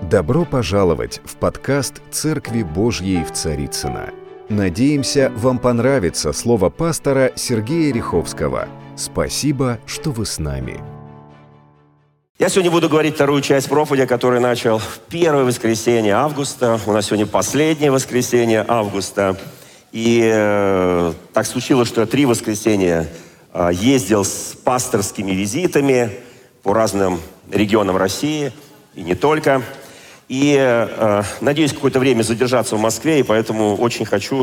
Добро пожаловать в подкаст «Церкви Божьей в Царицыно». Надеемся, вам понравится слово пастора Сергея Риховского. Спасибо, что вы с нами. Я сегодня буду говорить вторую часть проповеди, которую начал в первое воскресенье августа. У нас сегодня последнее воскресенье августа. И так случилось, что я 3 воскресенья ездил с пасторскими визитами по разным регионам России, и не только. И надеюсь какое-то время задержаться в Москве, и поэтому очень хочу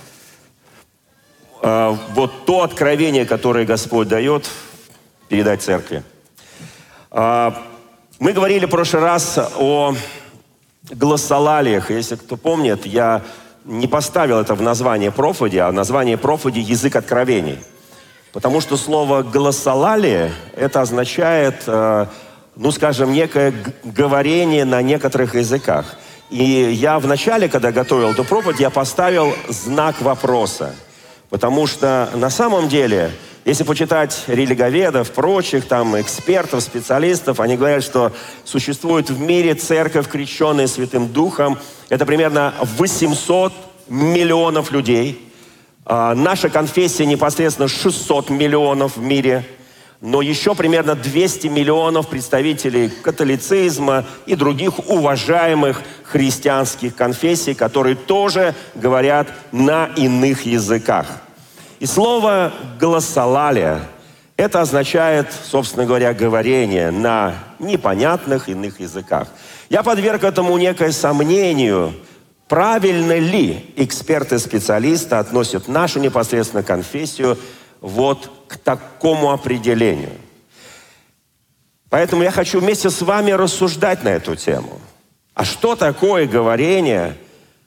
вот то откровение, которое Господь дает, передать церкви. Мы говорили в прошлый раз о глоссолалиях. Если кто помнит, я не поставил это в название проповеди, а название проповеди «Язык откровений». Потому что слово «глоссолалия» это означает, некое говорение на некоторых языках. И я в начале, когда готовил эту проповедь, я поставил знак вопроса. Потому что на самом деле, если почитать религоведов, прочих там экспертов, специалистов, они говорят, что существует в мире церковь, крещенная Святым Духом. Это примерно 800 миллионов людей. Наша конфессия непосредственно 600 миллионов в мире. Но еще примерно 200 миллионов представителей католицизма и других уважаемых христианских конфессий, которые тоже говорят на иных языках. И слово «глоссолалия» это означает, собственно говоря, говорение на непонятных иных языках. Я подверг этому некое сомнению, правильно ли эксперты-специалисты относят нашу непосредственно конфессию вот к такому определению. Поэтому я хочу вместе с вами рассуждать на эту тему. А что такое говорение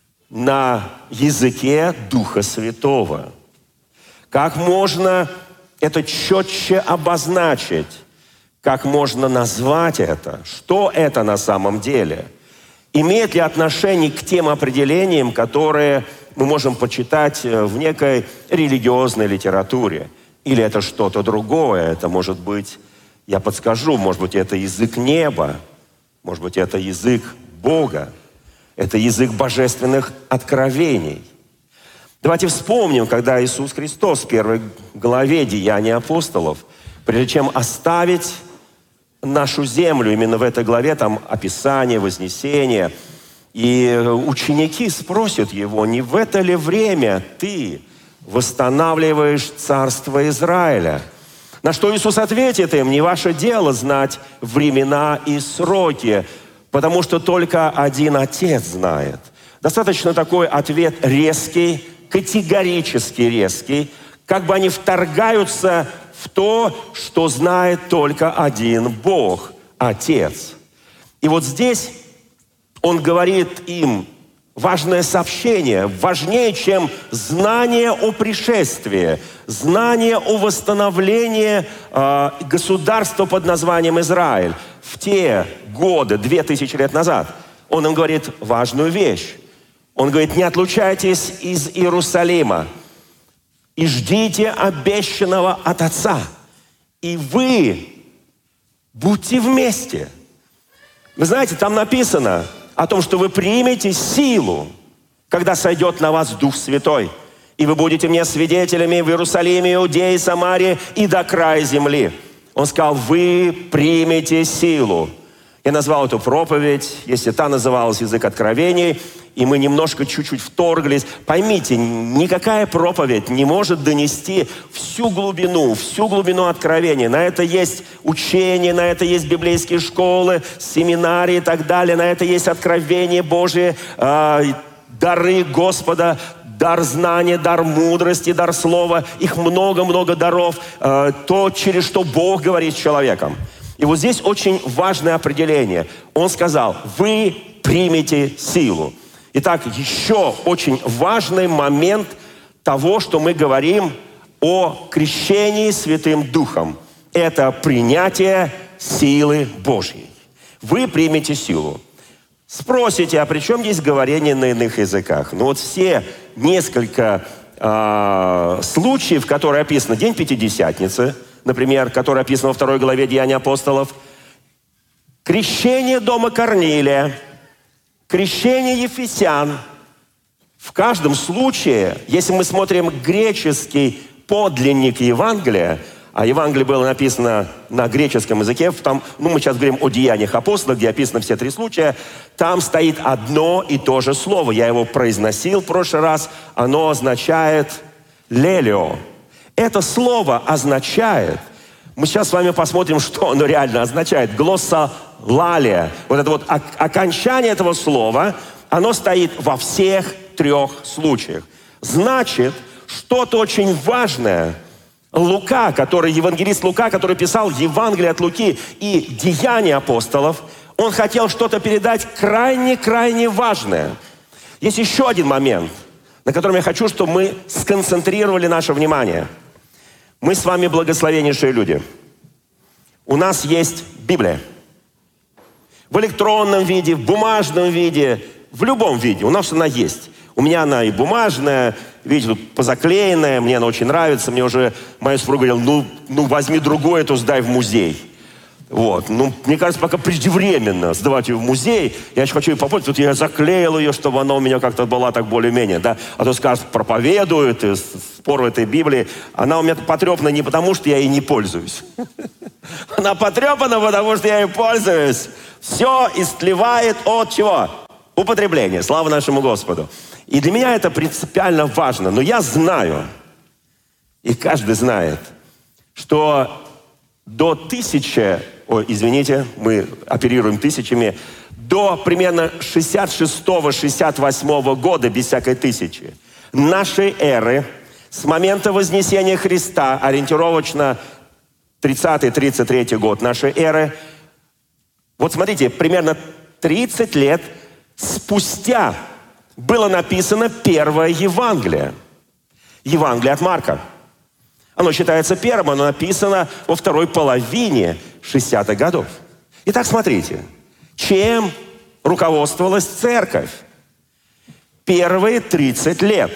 на языке Духа Святого? Как можно это четче обозначить? Как можно назвать это? Что это на самом деле? Имеет ли отношение к тем определениям, которые мы можем почитать в некой религиозной литературе? Или это что-то другое? Это может быть, я подскажу, может быть, это язык неба, может быть, это язык Бога, это язык божественных откровений. Давайте вспомним, когда Иисус Христос в 1 главе Деяний апостолов, прежде чем оставить нашу землю, именно в этой главе там описание, вознесение, и ученики спросят его, не в это ли время ты восстанавливаешь царство Израиля? На что Иисус ответит им, не ваше дело знать времена и сроки, потому что только один Отец знает. Достаточно такой ответ резкий, категорически резкий, как бы они вторгаются в то, что знает только один Бог, Отец. И вот здесь Он говорит им важное сообщение, важнее, чем знание о пришествии, знание о восстановлении государства под названием Израиль. В те годы, 2000 лет назад, Он им говорит важную вещь. Он говорит, не отлучайтесь из Иерусалима и ждите обещанного от Отца. И вы будьте вместе. Вы знаете, там написано о том, что вы примете силу, когда сойдет на вас Дух Святой. И вы будете мне свидетелями в Иерусалиме, Иудее, Самарии и до края земли. Он сказал, вы примете силу. Я назвал эту проповедь, если та называлась «Язык откровений», и мы немножко чуть-чуть вторглись. Поймите, никакая проповедь не может донести всю глубину откровения. На это есть учение, на это есть библейские школы, семинарии и так далее. На это есть откровение Божие, дары Господа, дар знания, дар мудрости, дар слова. Их много-много даров. То, через что Бог говорит с человеком. И вот здесь очень важное определение. Он сказал, вы примете силу. Итак, еще очень важный момент того, что мы говорим о крещении Святым Духом. Это принятие силы Божьей. Вы примете силу. Спросите, а при чем здесь говорение на иных языках? Ну вот все несколько случаев, которые описаны, День Пятидесятницы, например, который описан во 2 главе Деяний апостолов, крещение дома Корнилия, Крещение ефесян в каждом случае, если мы смотрим греческий подлинник Евангелия, а Евангелие было написано на греческом языке, там, мы сейчас говорим о деяниях апостолов, где описаны все 3 случая, там стоит одно и то же слово. Я его произносил в прошлый раз. Оно означает «лелио». Это слово означает, мы сейчас с вами посмотрим, что оно реально означает, глоссолалия. Вот это вот окончание этого слова, оно стоит во всех 3 случаях. Значит, что-то очень важное – Лука, евангелист Лука, который писал Евангелие от Луки и Деяния апостолов, он хотел что-то передать крайне-крайне важное. Есть еще один момент, на котором я хочу, чтобы мы сконцентрировали наше внимание. Мы с вами благословеннейшие люди. У нас есть Библия. В электронном виде, в бумажном виде, в любом виде. У нас она есть. У меня она и бумажная, видите, тут позаклеенная, мне она очень нравится. Мне уже моя супруга говорила, ну возьми другое, то сдай в музей. Вот. Мне кажется, пока преждевременно сдавать ее в музей. Я еще хочу ее попользоваться. Тут я заклеил ее, чтобы она у меня как-то была так более-менее. Да? А то скажут, проповедуют, спор в этой Библии. Она у меня потрепана не потому, что я ей не пользуюсь. Она потрепана, потому что я ей пользуюсь. Все истлевает от чего? Употребления. Слава нашему Господу. И для меня это принципиально важно. Но я знаю, и каждый знает, что до 1000, мы оперируем тысячами, до примерно 66-68 года, без всякой 1000, нашей эры, с момента Вознесения Христа, ориентировочно 30-33 год нашей эры, вот смотрите, примерно 30 лет спустя было написано первое Евангелие. Евангелие от Марка. Оно считается первым, оно написано во второй половине 60-х годов. Итак, смотрите, чем руководствовалась церковь первые 30 лет?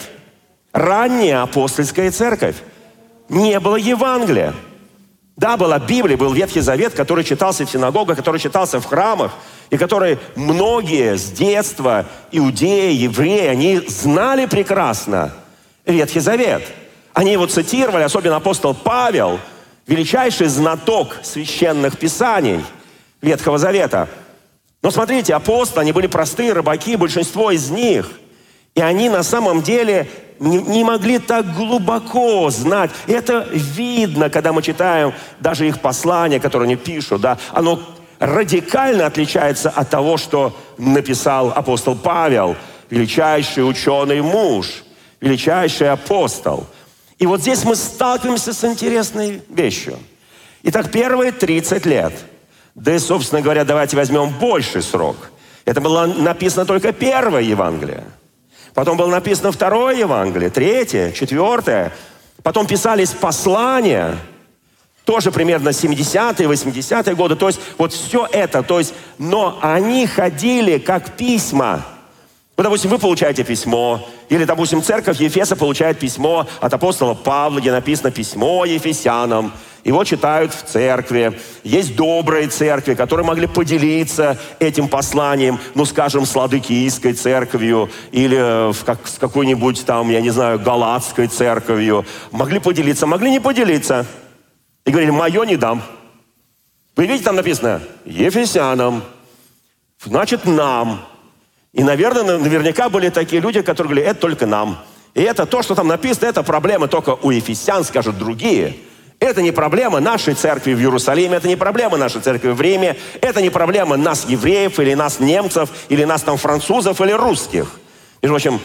Ранняя апостольская церковь. Не было Евангелия. Да, была Библия, был Ветхий Завет, который читался в синагогах, который читался в храмах, и который многие с детства, иудеи, евреи, они знали прекрасно Ветхий Завет. Они его цитировали, особенно апостол Павел, величайший знаток священных писаний Ветхого Завета. Но смотрите, апостолы, они были простые рыбаки, большинство из них. И они на самом деле не могли так глубоко знать. И это видно, когда мы читаем даже их послания, которые они пишут. Да? Оно радикально отличается от того, что написал апостол Павел, величайший ученый муж, величайший апостол. И вот здесь мы сталкиваемся с интересной вещью. Итак, первые 30 лет, да и, собственно говоря, давайте возьмем больший срок. Это было написано только первое Евангелие. Потом было написано второе Евангелие, третье, четвертое. Потом писались послания, тоже примерно 70-е, 80-е годы. То есть вот все это. Но они ходили как письма. Вот, допустим, вы получаете письмо, или, допустим, церковь Ефеса получает письмо от апостола Павла, где написано «Письмо Ефесянам». Его читают в церкви. Есть добрые церкви, которые могли поделиться этим посланием, скажем, с Ладыкийской церковью или с какой-нибудь там, я не знаю, Галатской церковью. Могли поделиться, могли не поделиться. И говорили, мое не дам. Вы видите, там написано «Ефесянам», значит, нам. И, наверняка были такие люди, которые говорили, это только нам. И это то, что там написано, это проблема только у ефесян, скажут другие. Это не проблема нашей церкви в Иерусалиме, это не проблема нашей церкви в Риме, это не проблема нас, евреев, или нас, немцев, или нас там французов, или русских. Между прочим,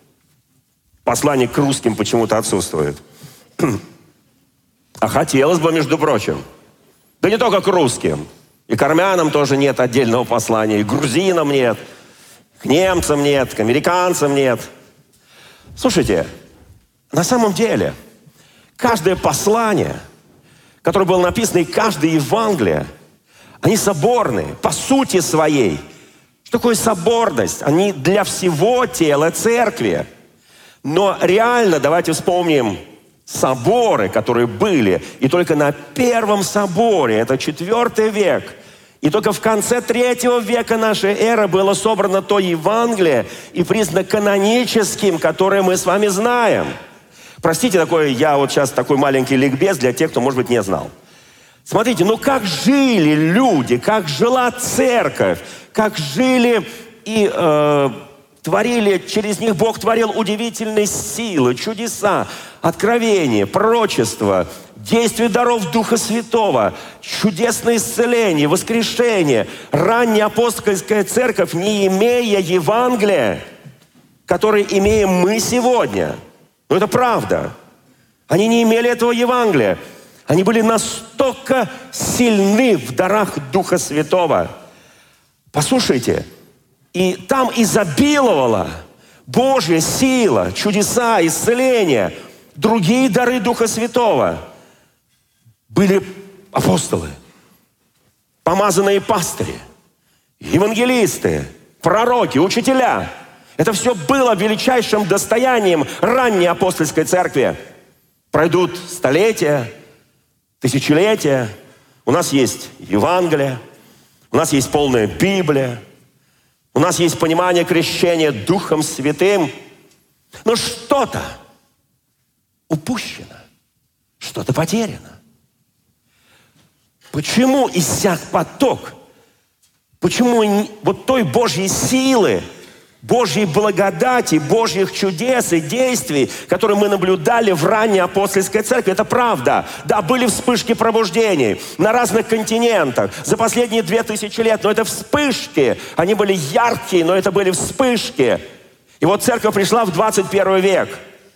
послание к русским почему-то отсутствует. А хотелось бы, между прочим. Да не только к русским. И к армянам тоже нет отдельного послания, и к грузинам нет, к немцам нет, к американцам нет. Слушайте, на самом деле, каждое послание, которое было написано, и каждое Евангелие, они соборны по сути своей. Что такое соборность? Они для всего тела церкви. Но реально, давайте вспомним соборы, которые были. И только на первом соборе, это 4 век, И только в конце 3 века нашей эры было собрано то Евангелие и признано каноническим, которое мы с вами знаем. Простите, я вот сейчас такой маленький ликбез для тех, кто, может быть, не знал. Смотрите, как жили люди, как жила церковь, как жили и творили, через них Бог творил удивительные силы, чудеса, откровения, пророчества, действие даров Духа Святого, чудесное исцеление, воскрешение. Ранняя апостольская церковь, не имея Евангелия, которое имеем мы сегодня. Но это правда. Они не имели этого Евангелия. Они были настолько сильны в дарах Духа Святого. Послушайте, и там изобиловала Божья сила, чудеса, исцеления, другие дары Духа Святого. Были апостолы, помазанные пастыри, евангелисты, пророки, учителя. Это все было величайшим достоянием ранней апостольской церкви. Пройдут столетия, тысячелетия. У нас есть Евангелие, у нас есть полная Библия, у нас есть понимание крещения Духом Святым. Но что-то упущено, что-то потеряно. Почему иссяк поток? Почему вот той Божьей силы, Божьей благодати, Божьих чудес и действий, которые мы наблюдали в ранней апостольской церкви, это правда. Да, были вспышки пробуждений на разных континентах за последние 2000 лет, но это вспышки. Они были яркие, но это были вспышки. И вот церковь пришла в 21 век.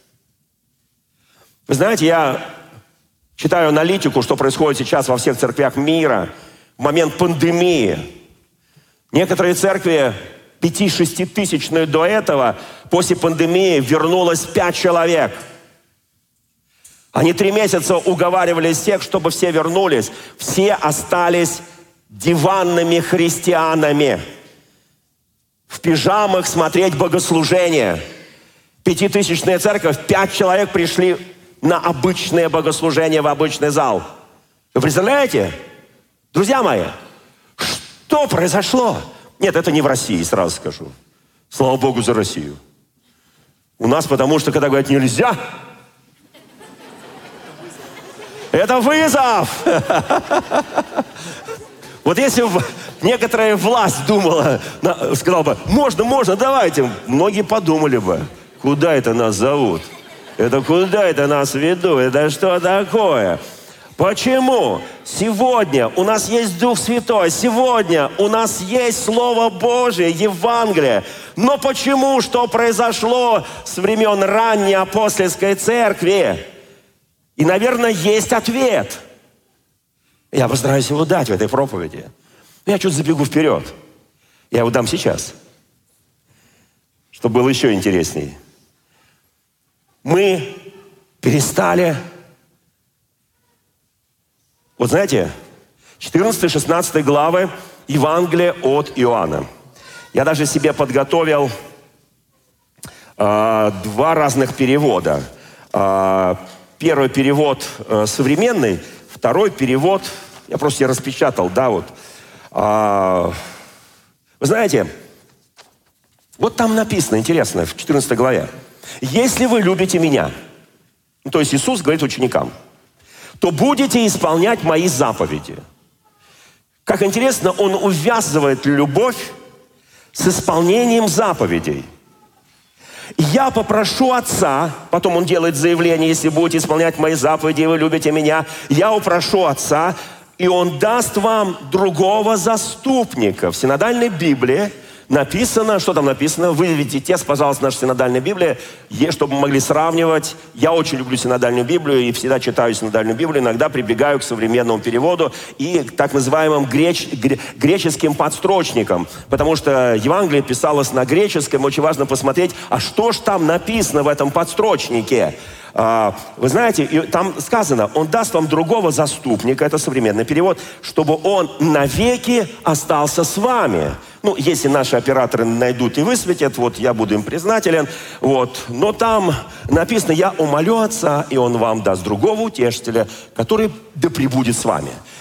Вы знаете, я читаю аналитику, что происходит сейчас во всех церквях мира в момент пандемии. Некоторые церкви 5-6 тысячные до этого, после пандемии вернулось 5 человек. Они 3 месяца уговаривали всех, чтобы все вернулись. Все остались диванными христианами. В пижамах смотреть богослужение. 5-тысячная церковь, 5 человек пришли на обычное богослужение в обычный зал. Вы представляете? Друзья мои, что произошло? Нет, это не в России, сразу скажу. Слава Богу за Россию. У нас потому что, когда говорят «нельзя», это вызов. Вот если бы некоторая власть думала, сказала бы «можно, давайте», многие подумали бы, куда это нас зовут? Это куда это нас ведут? Это что такое? Почему? Сегодня у нас есть Дух Святой, сегодня у нас есть Слово Божие, Евангелие. Но почему? Что произошло с времен ранней апостольской церкви? И, наверное, есть ответ. Я постараюсь его дать в этой проповеди. Я чуть забегу вперед. Я его дам сейчас, чтобы было еще интересней. Мы перестали... Вот знаете, 14-16 главы Евангелия от Иоанна. Я даже себе подготовил 2 разных перевода. Первый перевод современный, второй перевод, я просто себе распечатал, да, вот. Вы знаете, вот там написано, интересно, в 14 главе. «Если вы любите меня», то есть Иисус говорит ученикам, то будете исполнять мои заповеди. Как интересно, он увязывает любовь с исполнением заповедей. Я попрошу Отца, потом он делает заявление, если будете исполнять мои заповеди, и вы любите меня, я упрошу Отца, и он даст вам другого заступника. В синодальной Библии написано, что там написано? Выведите текст, пожалуйста, нашей синодальной Библии, чтобы мы могли сравнивать. Я очень люблю синодальную Библию и всегда читаю синодальную Библию, иногда прибегаю к современному переводу и к так называемым греческим подстрочникам, потому что Евангелие писалось на греческом, очень важно посмотреть, а что ж там написано в этом подстрочнике. Вы знаете, там сказано, он даст вам другого заступника, это современный перевод, чтобы он навеки остался с вами. Ну, если наши операторы найдут и высветят, вот я буду им признателен. Вот. Но там написано, я умолю Отца, и Он вам даст другого утешителя, который да пребудет с вами.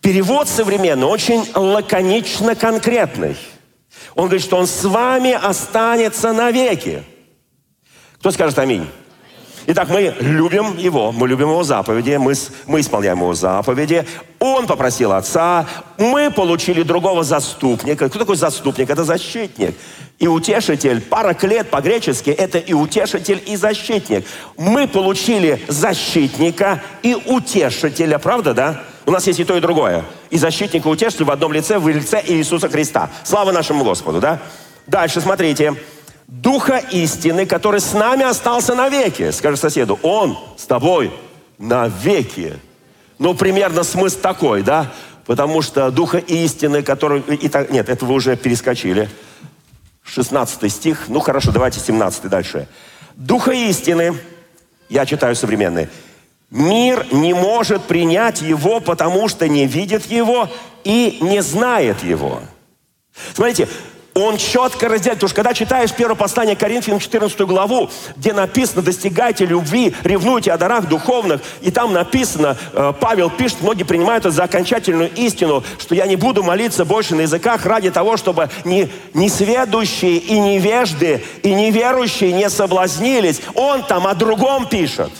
Перевод современный очень лаконично конкретный. Он говорит, что Он с вами останется навеки. Кто скажет аминь? Итак, мы любим Его заповеди, мы исполняем Его заповеди. Он попросил Отца, мы получили другого заступника. Кто такой заступник? Это защитник. И утешитель, параклет по-гречески, это и утешитель, и защитник. Мы получили защитника и утешителя, правда, да? У нас есть и то, и другое. И защитник, и утешитель в одном лице, в лице Иисуса Христа. Слава нашему Господу, да? Дальше, смотрите. Духа истины, который с нами остался навеки. Скажи соседу, Он с тобой навеки. Ну, примерно смысл такой, да? Потому что Духа истины, который... Нет, это вы уже перескочили. 16 стих. Ну, хорошо, давайте 17 дальше. Духа истины, я читаю современный. Мир не может принять Его, потому что не видит Его и не знает Его. Смотрите, Он четко разделяет, потому что когда читаешь первое послание Коринфянам, 14 главу, где написано «достигайте любви, ревнуйте о дарах духовных», и там написано, Павел пишет, многие принимают это за окончательную истину, что я не буду молиться больше на языках ради того, чтобы несведущие и невежды, и неверующие не соблазнились. Он там о другом пишет.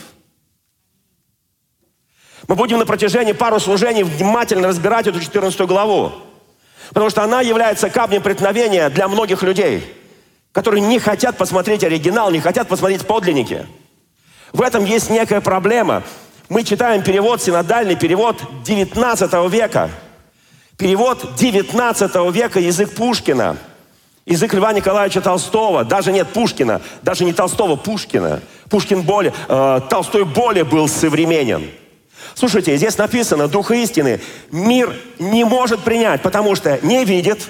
Мы будем на протяжении пару служений внимательно разбирать эту 14 главу. Потому что она является камнем преткновения для многих людей, которые не хотят посмотреть оригинал, не хотят посмотреть подлинники. В этом есть некая проблема. Мы читаем перевод, синодальный перевод 19 века. Перевод 19 века, язык Пушкина. Язык Льва Николаевича Толстого. Даже нет Пушкина, даже не Толстого, Пушкина. Толстой более был современен. Слушайте, здесь написано, Духа истины мир не может принять, потому что не видит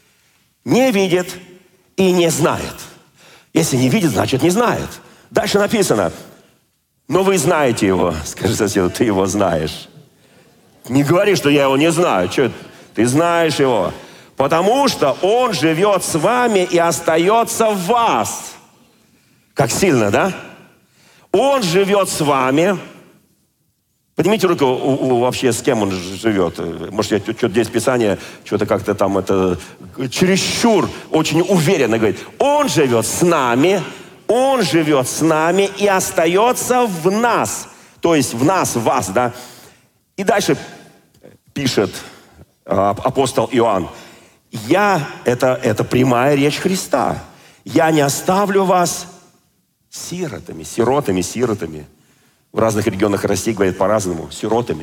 и не знает. Если не видит, значит не знает. Дальше написано, но вы знаете Его. Скажи соседу, ты Его знаешь. Не говори, что я Его не знаю. Что, ты знаешь Его. Потому что Он живет с вами и остается в вас. Как сильно, да? Он живет с вами. Поднимите руку, вообще с кем он живет. Может, я что-то здесь Писание, что-то как-то там это чересчур очень уверенно говорит. Он живет с нами и остается в нас. То есть в нас, в вас, да. И дальше пишет апостол Иоанн. Это прямая речь Христа. Я не оставлю вас сиротами. В разных регионах России говорят по-разному. Сиротами.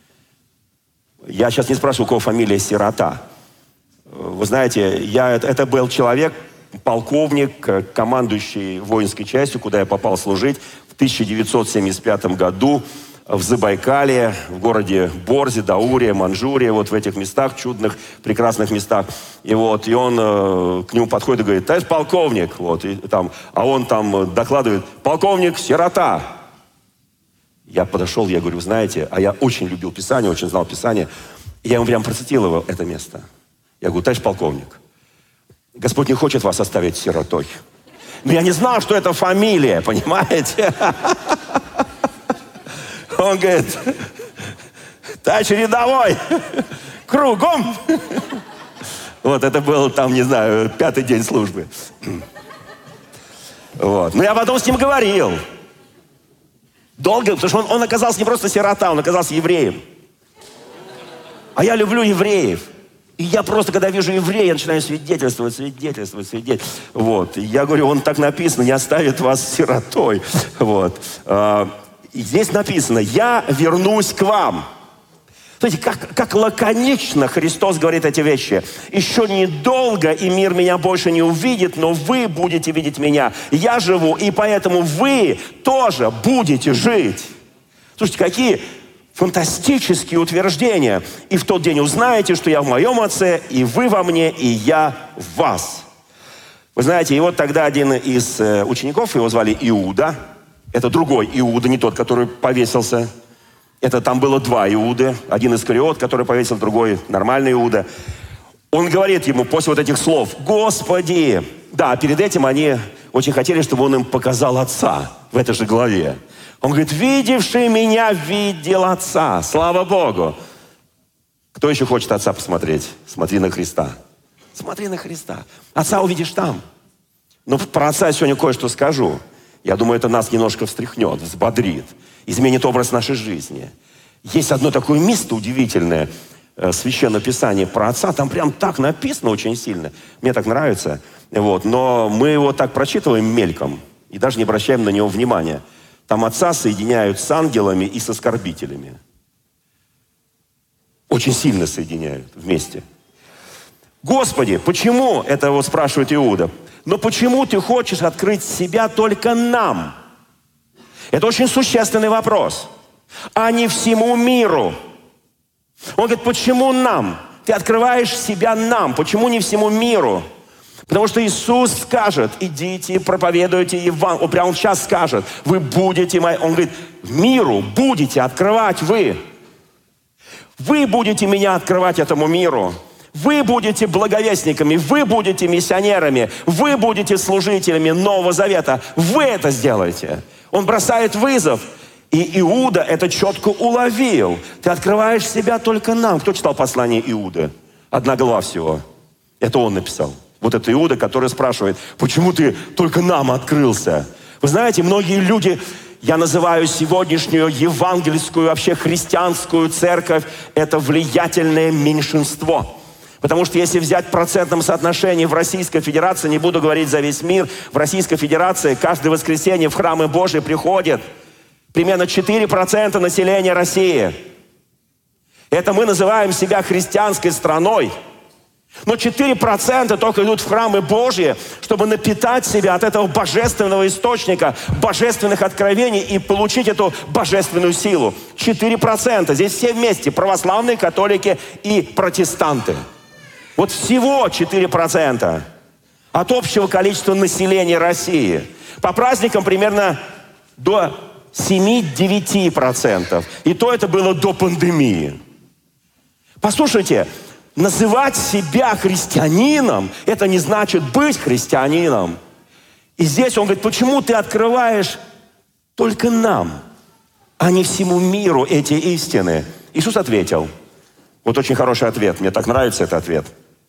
Я сейчас не спрашиваю, у кого фамилия Сирота. Вы знаете, это был человек, полковник, командующий воинской частью, куда я попал служить в 1975 году в Забайкалье, в городе Борзе, Даурия, Манчжурия, вот в этих местах, чудных, прекрасных местах. И он к нему подходит и говорит, товарищ полковник, а он там докладывает, полковник Сирота. Я подошел, я говорю, знаете, а я очень любил Писание, очень знал Писание. И я ему прям процитировал это место. Я говорю, товарищ полковник, Господь не хочет вас оставить сиротой. Но я не знал, что это фамилия, понимаете? Он говорит, товарищ рядовой, кругом. Вот это был там, не знаю, 5-й день службы. Вот. Но я потом с ним говорил. Долго, потому что он оказался не просто сирота, он оказался евреем. А я люблю евреев. И я просто, когда вижу еврея, я начинаю свидетельствовать. Вот. И я говорю, он так написано, не оставит вас сиротой. Вот. И здесь написано, я вернусь к вам. Смотрите, как лаконично Христос говорит эти вещи. Еще недолго, и мир меня больше не увидит, но вы будете видеть меня. Я живу, и поэтому вы тоже будете жить. Слушайте, какие фантастические утверждения. И в тот день узнаете, что я в моем Отце, и вы во мне, и я в вас. Вы знаете, и вот тогда один из учеников, его звали Иуда. Это другой Иуда, не тот, который повесился. Это там было 2 Иуды. Один Искариот, который повесил, другой нормальный Иуда. Он говорит ему после вот этих слов, Господи. Да, перед этим они очень хотели, чтобы он им показал Отца в этой же главе. Он говорит, видевший меня видел Отца. Слава Богу. Кто еще хочет Отца посмотреть? Смотри на Христа. Смотри на Христа. Отца увидишь там. Но про Отца я сегодня кое-что скажу. Я думаю, это нас немножко встряхнет, взбодрит, изменит образ нашей жизни. Есть одно такое место удивительное, Священное Писание про Отца. Там прям так написано очень сильно. Мне так нравится. Вот. Но мы его так прочитываем мельком и даже не обращаем на него внимания. Там Отца соединяют с ангелами и с оскорбителями. Очень сильно соединяют вместе. Господи, почему, это вот спрашивает Иуда, но почему ты хочешь открыть себя только нам? Это очень существенный вопрос, а не всему миру. Он говорит, почему нам? Ты открываешь себя нам, почему не всему миру? Потому что Иисус скажет, идите, проповедуйте Евангелие. Он прямо сейчас скажет, вы будете мои. Он говорит, миру будете открывать вы. Вы будете меня открывать этому миру. Вы будете благовестниками, вы будете миссионерами, вы будете служителями Нового Завета. Вы это сделаете. Он бросает вызов. И Иуда это четко уловил. Ты открываешь себя только нам. Кто читал послание Иуды? 1 глава всего. Это он написал. Вот это Иуда, который спрашивает, почему ты только нам открылся? Вы знаете, многие люди, я называю сегодняшнюю евангельскую, вообще христианскую церковь, это влиятельное меньшинство. Потому что если взять в процентном соотношении в Российской Федерации, не буду говорить за весь мир, в Российской Федерации каждое воскресенье в храмы Божьи приходит примерно 4% населения России. Это мы называем себя христианской страной. Но 4% только идут в храмы Божьи, чтобы напитать себя от этого божественного источника, божественных откровений и получить эту божественную силу. 4%. Здесь все вместе, православные, католики и протестанты. Вот всего 4% от общего количества населения России. По праздникам примерно до 7-9%. И то это было до пандемии. Послушайте, называть себя христианином, это не значит быть христианином. И здесь он говорит, почему ты открываешь только нам, а не всему миру эти истины? Иисус ответил. Вот очень хороший ответ, мне так нравится этот ответ.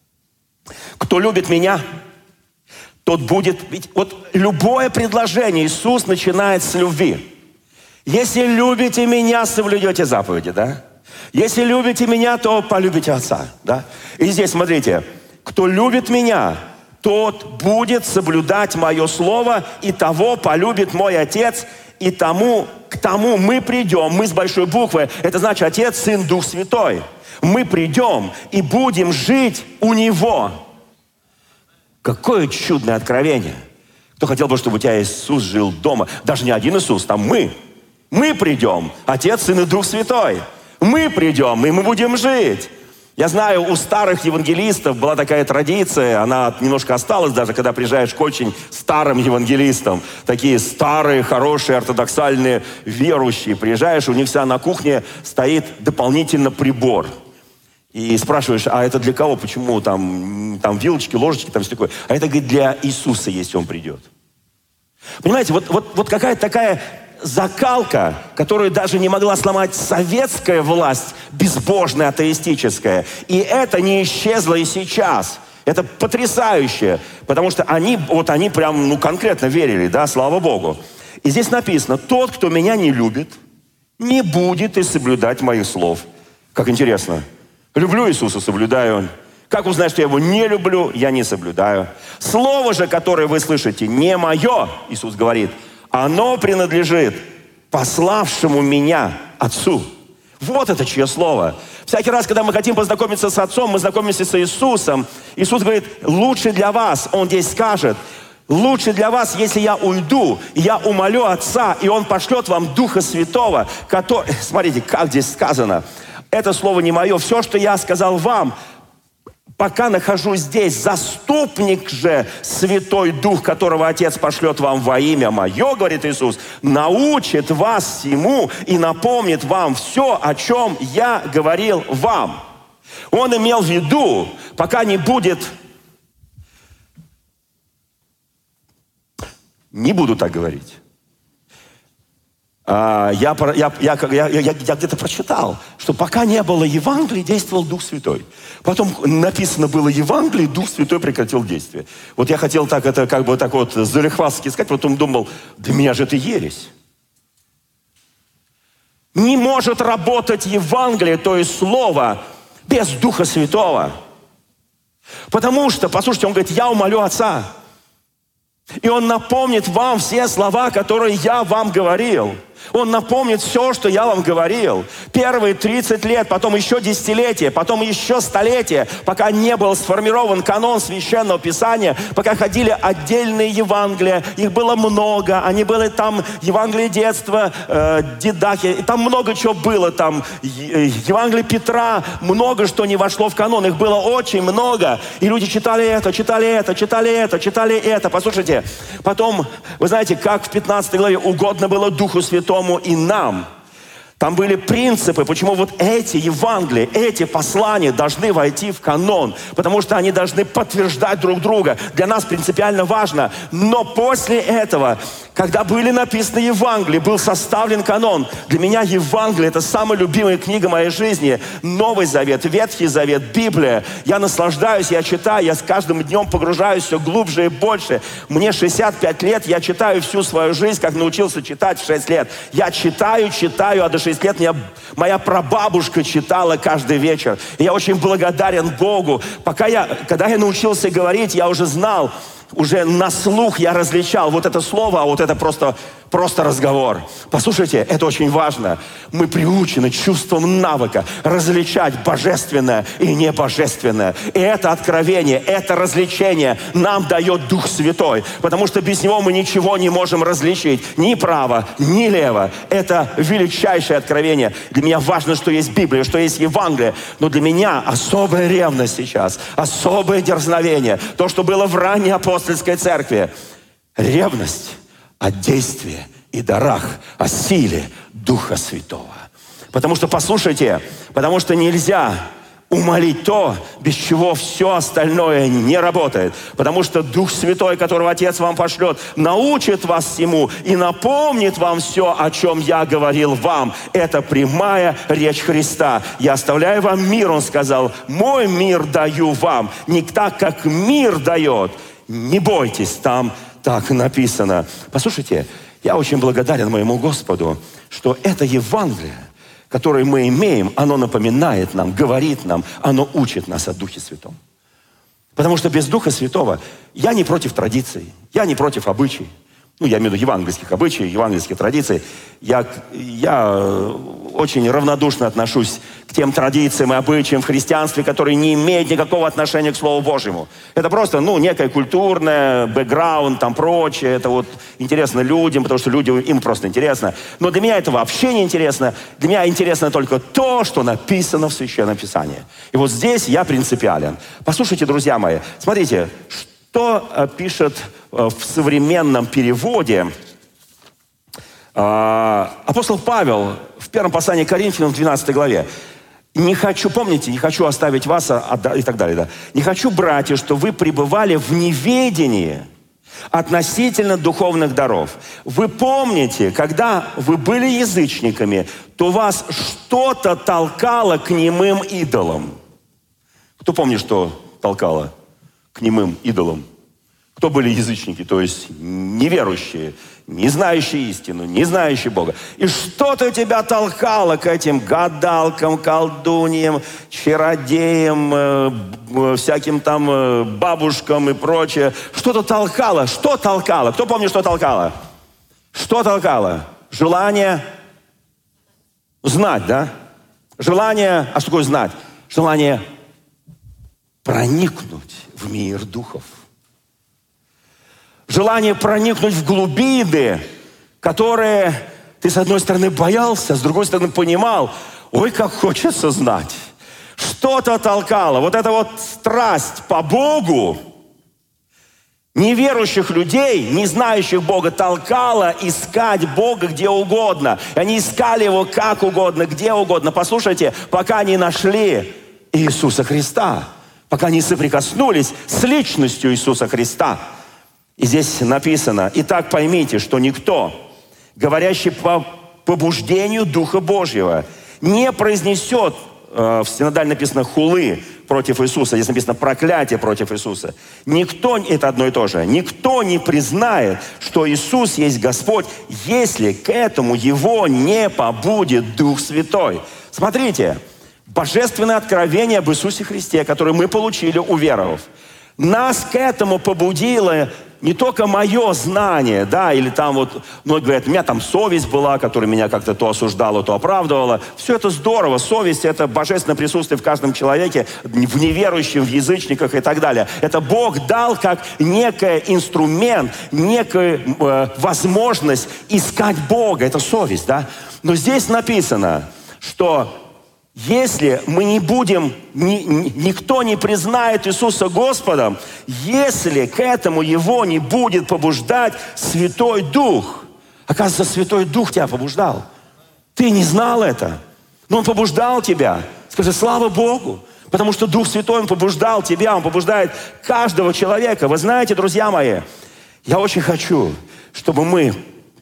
Кто любит меня, тот будет... Ведь вот любое предложение Иисус начинает с любви. Если любите меня, соблюдете заповеди, да? Если любите меня, то полюбите Отца, да? И здесь, смотрите, кто любит меня, тот будет соблюдать мое слово, и того полюбит мой Отец, и к тому мы придем, мы с большой буквы, это значит Отец, Сын, Дух Святой. Мы придем и будем жить у Него. Какое чудное откровение. Кто хотел бы, чтобы у тебя Иисус жил дома? Даже не один Иисус, там мы. Мы придем, Отец, Сын и Дух Святой. Мы придем, и мы будем жить. Я знаю, у старых евангелистов была такая традиция, она немножко осталась даже, когда приезжаешь к очень старым евангелистам. Такие старые, хорошие, ортодоксальные, верующие. Приезжаешь, у них вся на кухне стоит дополнительно прибор. И спрашиваешь, а это для кого? Почему там вилочки, ложечки, там все такое? А это, говорит, для Иисуса, если Он придет. Понимаете, вот какая-то такая закалка, которую даже не могла сломать советская власть, безбожная, атеистическая. И это не исчезло и сейчас. Это потрясающе, потому что они прям, конкретно верили, да, слава Богу. И здесь написано, тот, кто меня не любит, не будет и соблюдать моих слов. Как интересно. Люблю Иисуса, соблюдаю. Как узнать, что я Его не люблю? Я не соблюдаю. Слово же, которое вы слышите, не мое, Иисус говорит, оно принадлежит пославшему меня Отцу. Вот это чье слово. Всякий раз, когда мы хотим познакомиться с Отцом, мы знакомимся с Иисусом. Иисус говорит, лучше для вас, Он здесь скажет, лучше для вас, если я уйду, я умолю Отца, и Он пошлет вам Духа Святого, который... Смотрите, как здесь сказано. Это слово не мое. Все, что я сказал вам, пока нахожусь здесь, заступник же, Святой Дух, которого Отец пошлет вам во имя Мое, говорит Иисус, научит вас всему и напомнит вам все, о чем я говорил вам. Он имел в виду, пока не будет... Не буду так говорить. Я где-то прочитал, что пока не было Евангелия, действовал Дух Святой. Потом написано было Евангелие, и Дух Святой прекратил действие. Вот я хотел так это как бы так вот залихватски сказать, потом думал, для меня же это ересь. Не может работать Евангелие, то есть Слово, без Духа Святого. Потому что, послушайте, он говорит, я умолю Отца. И Он напомнит вам все слова, которые я вам говорил. Он напомнит все, что я вам говорил. Первые 30 лет, потом еще десятилетия, потом еще столетия, пока не был сформирован канон Священного Писания, пока ходили отдельные Евангелия, их было много, они были там, Евангелие детства, Дидахи, и там много чего было, там Евангелие Петра, много что не вошло в канон, их было очень много, и люди читали это, читали это, читали это, читали это. Послушайте, потом, вы знаете, как в 15 главе угодно было Духу Святому и нам. Там были принципы, почему вот эти Евангелия, эти послания должны войти в канон, потому что они должны подтверждать друг друга. Для нас принципиально важно. Но после этого, когда были написаны Евангелия, был составлен канон, для меня Евангелие — это самая любимая книга моей жизни. Новый Завет, Ветхий Завет, Библия. Я наслаждаюсь, я читаю, я с каждым днем погружаюсь все глубже и больше. Мне 65 лет, я читаю всю свою жизнь, как научился читать в 6 лет. Я читаю, а до 6 лет моя прабабушка читала каждый вечер. И я очень благодарен Богу. Когда я научился говорить, я уже знал, уже на слух я различал вот это слово, а вот это просто разговор. Послушайте, это очень важно. Мы приучены чувством навыка различать божественное и небожественное. И это откровение, это развлечение нам дает Дух Святой. Потому что без Него мы ничего не можем различить. Ни право, ни лево. Это величайшее откровение. Для меня важно, что есть Библия, что есть Евангелие. Но для меня особая ревность сейчас, особое дерзновение. То, что было в ранней апостольской церкви. Ревность о действии и дарах, о силе Духа Святого. Потому что, послушайте, потому что нельзя умолить то, без чего все остальное не работает. Потому что Дух Святой, которого Отец вам пошлет, научит вас всему и напомнит вам все, о чем я говорил вам. Это прямая речь Христа. Я оставляю вам мир, Он сказал, мой мир даю вам, не так, как мир дает. Не бойтесь, там так написано. Послушайте, я очень благодарен моему Господу, что это Евангелие, которое мы имеем, оно напоминает нам, говорит нам, оно учит нас о Духе Святом. Потому что без Духа Святого я не против традиций, я не против обычаев. Я имею в виду евангельских обычаев, евангельских традиций. Я очень равнодушно отношусь к тем традициям и обычаям в христианстве, которые не имеют никакого отношения к Слову Божьему. Это просто, некое культурное, бэкграунд, там прочее. Это вот интересно людям, потому что им просто интересно. Но для меня это вообще не интересно. Для меня интересно только то, что написано в Священном Писании. И вот здесь я принципиален. Послушайте, друзья мои, смотрите, что пишет в современном переводе апостол Павел в первом послании к Коринфянам в 12 главе. Не хочу оставить вас и так далее. Да. Не хочу, братья, что вы пребывали в неведении относительно духовных даров. Вы помните, когда вы были язычниками, то вас что-то толкало к немым идолам. Кто помнит, что толкало к немым идолам? Кто были язычники, то есть неверующие, не знающие истину, не знающие Бога. И что-то тебя толкало к этим гадалкам, колдуньям, чародеям, всяким там бабушкам и прочее. Что-то толкало. Что толкало? Кто помнит, что толкало? Что толкало? Желание знать, да? Желание, а что такое знать? Желание проникнуть в мир духов. Желание проникнуть в глубины, которые ты, с одной стороны, боялся, с другой стороны, понимал. Ой, как хочется знать. Что-то толкало. Вот эта вот страсть по Богу неверующих людей, не знающих Бога, толкала искать Бога где угодно. И они искали Его как угодно, где угодно. Послушайте, пока не нашли Иисуса Христа, пока не соприкоснулись с личностью Иисуса Христа. И здесь написано: «Итак, поймите, что никто, говорящий по побуждению Духа Божьего не произнесет, в синодале написано хулы против Иисуса, здесь написано проклятие против Иисуса. Никто, это одно и то же, никто не признает, что Иисус есть Господь, если к этому его не побудит Дух Святой. Смотрите, божественное откровение об Иисусе Христе, которое мы получили, уверовав, нас к этому побудило не только мое знание, да, или там вот, многие говорят, у меня там совесть была, которая меня как-то то осуждала, то оправдывала. Все это здорово. Совесть – это божественное присутствие в каждом человеке, в неверующем, в язычниках и так далее. Это Бог дал как некий инструмент, некую возможность искать Бога. Это совесть, да. Но здесь написано, что если мы не будем, никто не признает Иисуса Господом, если к этому его не будет побуждать Святой Дух. Оказывается, Святой Дух тебя побуждал. Ты не знал это, но Он побуждал тебя. Скажи, слава Богу, потому что Дух Святой, Он побуждал тебя, Он побуждает каждого человека. Вы знаете, друзья мои, я очень хочу, чтобы мы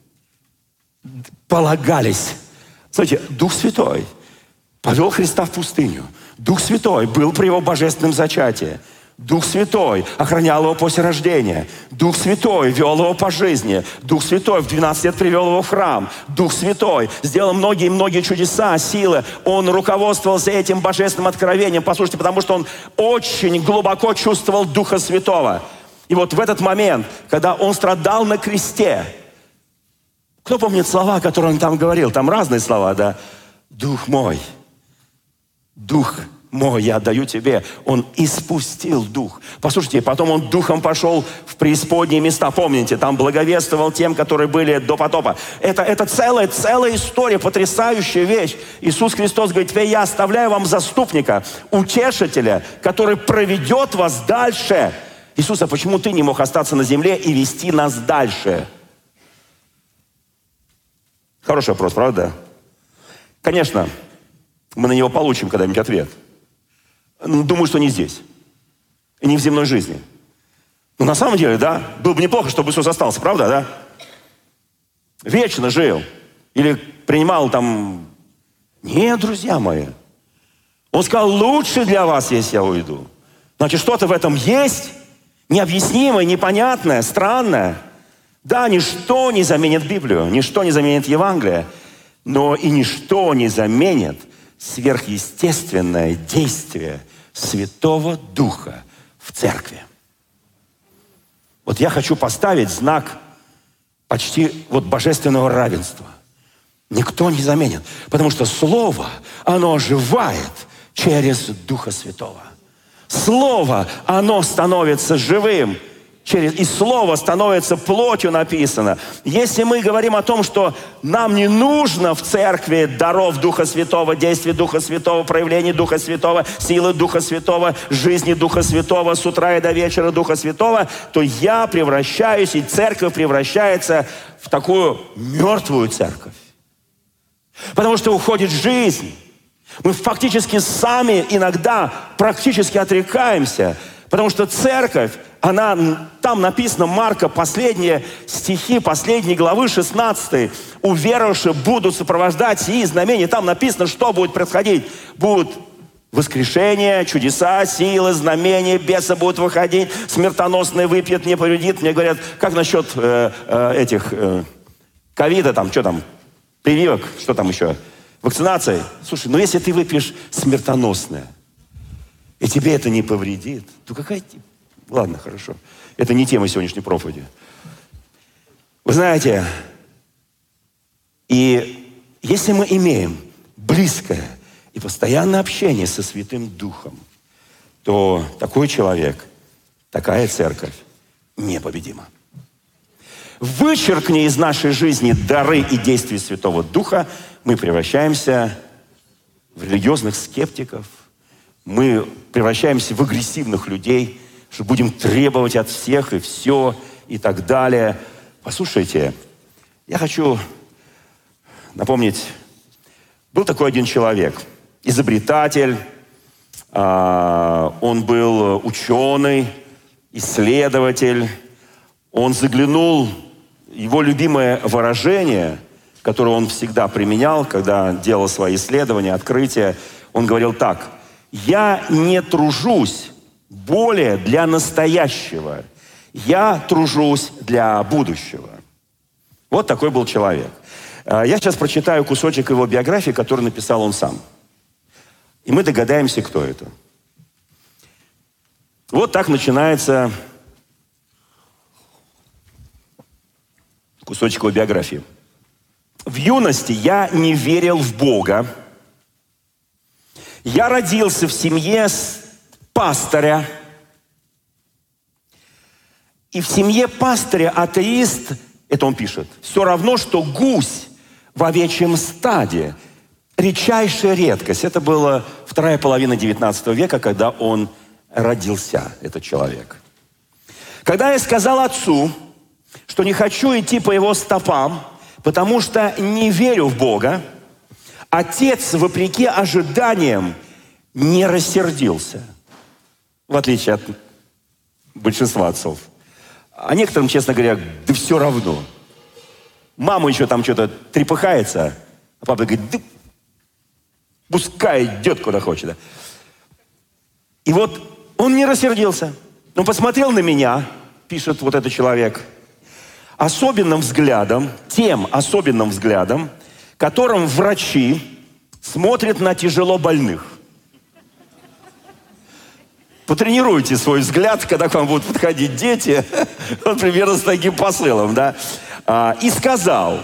полагались. Смотрите, Дух Святой повел Христа в пустыню. Дух Святой был при Его божественном зачатии. Дух Святой охранял Его после рождения. Дух Святой вел Его по жизни. Дух Святой в 12 лет привел Его в храм. Дух Святой сделал многие-многие чудеса, силы. Он руководствовался этим божественным откровением. Послушайте, потому что Он очень глубоко чувствовал Духа Святого. И вот в этот момент, когда Он страдал на кресте, кто помнит слова, которые Он там говорил? Там разные слова, да? Дух мой, я отдаю тебе. Он испустил дух. Послушайте, потом он духом пошел в преисподние места. Помните, там благовествовал тем, которые были до потопа. Это целая история, потрясающая вещь. Иисус Христос говорит, теперь я оставляю вам заступника, утешителя, который проведет вас дальше. Иисус, а почему ты не мог остаться на земле и вести нас дальше? Хороший вопрос, правда? Конечно, мы на него получим когда-нибудь ответ. Думаю, что не здесь. И не в земной жизни. Но на самом деле, да, было бы неплохо, чтобы Иисус остался, правда, да? Вечно жил. Или принимал там... Нет, друзья мои. Он сказал, лучше для вас, если я уйду. Значит, что-то в этом есть, необъяснимое, непонятное, странное. Да, ничто не заменит Библию, ничто не заменит Евангелие, но и ничто не заменит сверхъестественное действие Святого Духа в церкви. Вот я хочу поставить знак почти вот божественного равенства. Никто не заменит. Потому что Слово, оно оживает через Духа Святого. Слово, оно становится живым. И Слово становится плотью, написано. Если мы говорим о том, что нам не нужно в церкви даров Духа Святого, действий Духа Святого, проявлений Духа Святого, силы Духа Святого, жизни Духа Святого, с утра и до вечера Духа Святого, то я превращаюсь, и церковь превращается в такую мертвую церковь. Потому что уходит жизнь. Мы фактически сами иногда практически отрекаемся. Потому что церковь, там написано, Марка, последние стихи, последней главы, 16. Уверовавшие будут сопровождать сии знамения. Там написано, что будет происходить. Будут воскрешение, чудеса, силы, знамения, бесы будут выходить, смертоносные выпьет, не повредит. Мне говорят, как насчет ковида, там, что там, прививок, что там еще, вакцинации. Слушай, если ты выпьешь смертоносное, и тебе это не повредит, то какая... Ладно, хорошо. Это не тема сегодняшней проповеди. Вы знаете, и если мы имеем близкое и постоянное общение со Святым Духом, то такой человек, такая церковь непобедима. Вычеркни из нашей жизни дары и действия Святого Духа, мы превращаемся в религиозных скептиков, мы превращаемся в агрессивных людей, что будем требовать от всех и все, и так далее. Послушайте, я хочу напомнить, был такой один человек, изобретатель, он был ученый, исследователь, он заглянул, его любимое выражение, которую он всегда применял, когда делал свои исследования, открытия. Он говорил так: «Я не тружусь более для настоящего, я тружусь для будущего». Вот такой был человек. Я сейчас прочитаю кусочек его биографии, который написал он сам. И мы догадаемся, кто это. Вот так начинается кусочек его биографии. «В юности я не верил в Бога. Я родился в семье пастыря. И в семье пастыря атеист, это он пишет, все равно, что гусь в овечьем стаде. Редчайшая редкость». Это была вторая половина 19 века, когда он родился, этот человек. «Когда я сказал отцу, что не хочу идти по его стопам, потому что не верю в Бога, отец, вопреки ожиданиям, не рассердился». В отличие от большинства отцов. А некоторым, честно говоря, да все равно. Мама еще там что-то трепыхается, а папа говорит: да пускай идет куда хочет. Да. И вот он не рассердился. Он посмотрел на меня, пишет вот этот человек, особенным взглядом, тем особенным взглядом, которым врачи смотрят на тяжело больных. Потренируйте свой взгляд, когда к вам будут подходить дети, вот примерно с таким посылом, да. И сказал,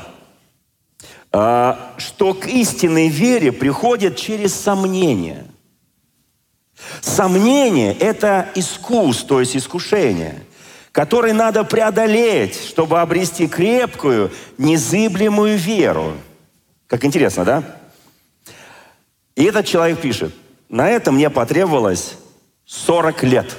что к истинной вере приходит через сомнение. Сомнение – это искус, то есть искушение, который надо преодолеть, чтобы обрести крепкую, незыблемую веру. Как интересно, да? И этот человек пишет: на это мне потребовалось 40 лет.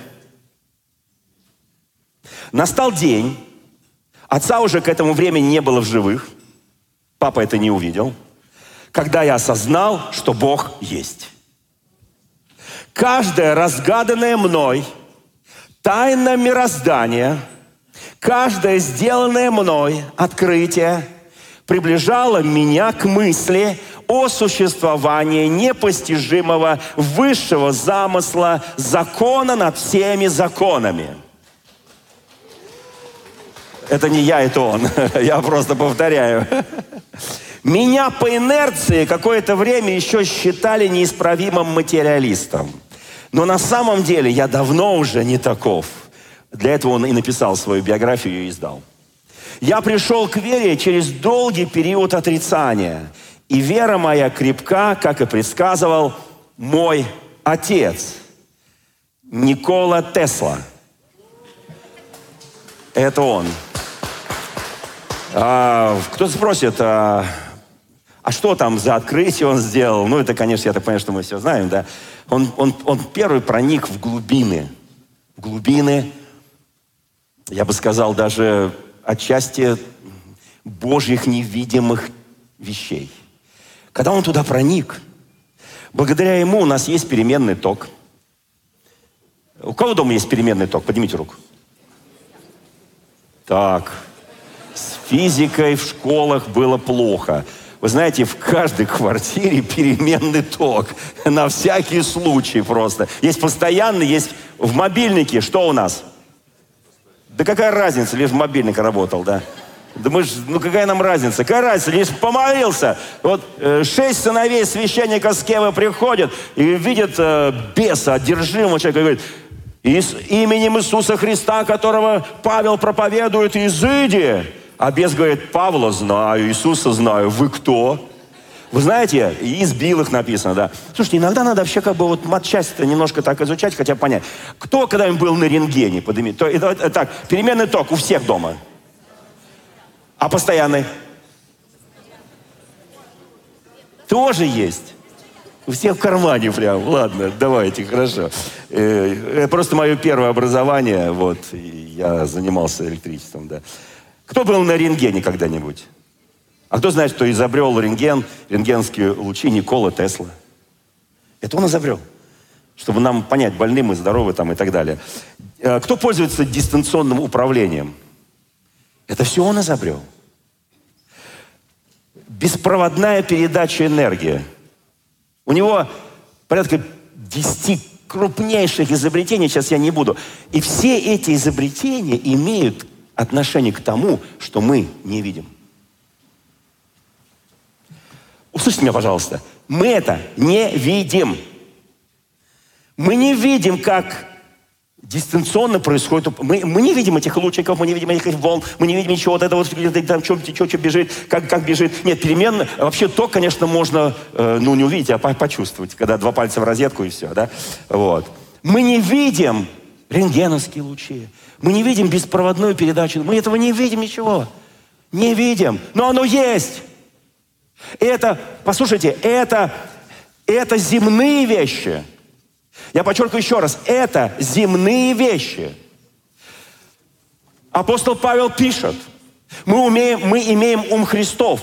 Настал день, отца уже к этому времени не было в живых, папа это не увидел, когда я осознал, что Бог есть. Каждое разгаданное мной тайна мироздания, каждое сделанное мной открытие приближало меня к мысли о существовании непостижимого высшего замысла закона над всеми законами. Это не я, это он. Я просто повторяю. Меня по инерции какое-то время еще считали неисправимым материалистом. Но на самом деле я давно уже не таков. Для этого он и написал свою биографию и издал. Я пришел к вере через долгий период отрицания. И вера моя крепка, как и предсказывал мой отец Никола Тесла. Это он. Кто-то спросит, а что там за открытие он сделал? Ну, это, конечно, я так понимаю, что мы все знаем, да. Он первый проник в глубины. В глубины, я бы сказал, даже отчасти Божьих невидимых вещей. Когда он туда проник, благодаря ему у нас есть переменный ток. У кого дома есть переменный ток? Поднимите руку. Так. С физикой в школах было плохо. Вы знаете, в каждой квартире переменный ток. На всякий случай просто. Есть постоянный, есть в мобильнике. Что у нас? Да какая разница, лишь мобильник работал, да? Да мы ж, ну какая нам разница? Какая разница? Лишь помолился. Вот 6 сыновей священника Скевы приходят и видят беса, одержимого человека, и говорят: и с именем Иисуса Христа, которого Павел проповедует, изыди. А бес говорит: Павла знаю, Иисуса знаю, вы кто? Вы знаете, и избил их написано, да. Слушайте, иногда надо вообще как бы вот матчасть-то немножко так изучать, хотя бы понять. Кто когда-нибудь был на рентгене? Так, переменный ток у всех дома. А постоянный? Тоже есть. У всех в кармане прям. Ладно, давайте, хорошо. Просто мое первое образование, вот, я занимался электричеством, да. Кто был на рентгене когда-нибудь? А кто знает, кто изобрел рентген, рентгенские лучи? Никола Тесла. Это он изобрел. Чтобы нам понять, больны мы, здоровы там и так далее. Кто пользуется дистанционным управлением? Это все он изобрел. беспроводная передача энергии. У него порядка 10 крупнейших изобретений, сейчас я не буду. И все эти изобретения имеют отношение к тому, что мы не видим. Услышьте меня, пожалуйста. Мы это не видим. Мы не видим, как дистанционно происходит. Мы не видим этих лучиков, мы не видим этих волн, мы не видим ничего вот этого, там что бежит, как бежит. Нет, переменно. Вообще ток, конечно, можно, не увидеть, а почувствовать, когда 2 пальца в розетку и все, да? Вот. Мы не видим рентгеновские лучи. Мы не видим беспроводную передачу. Мы этого не видим ничего. Не видим. Но оно есть. Это, послушайте, это земные вещи. Я подчеркиваю еще раз, это земные вещи. Апостол Павел пишет, мы имеем ум Христов.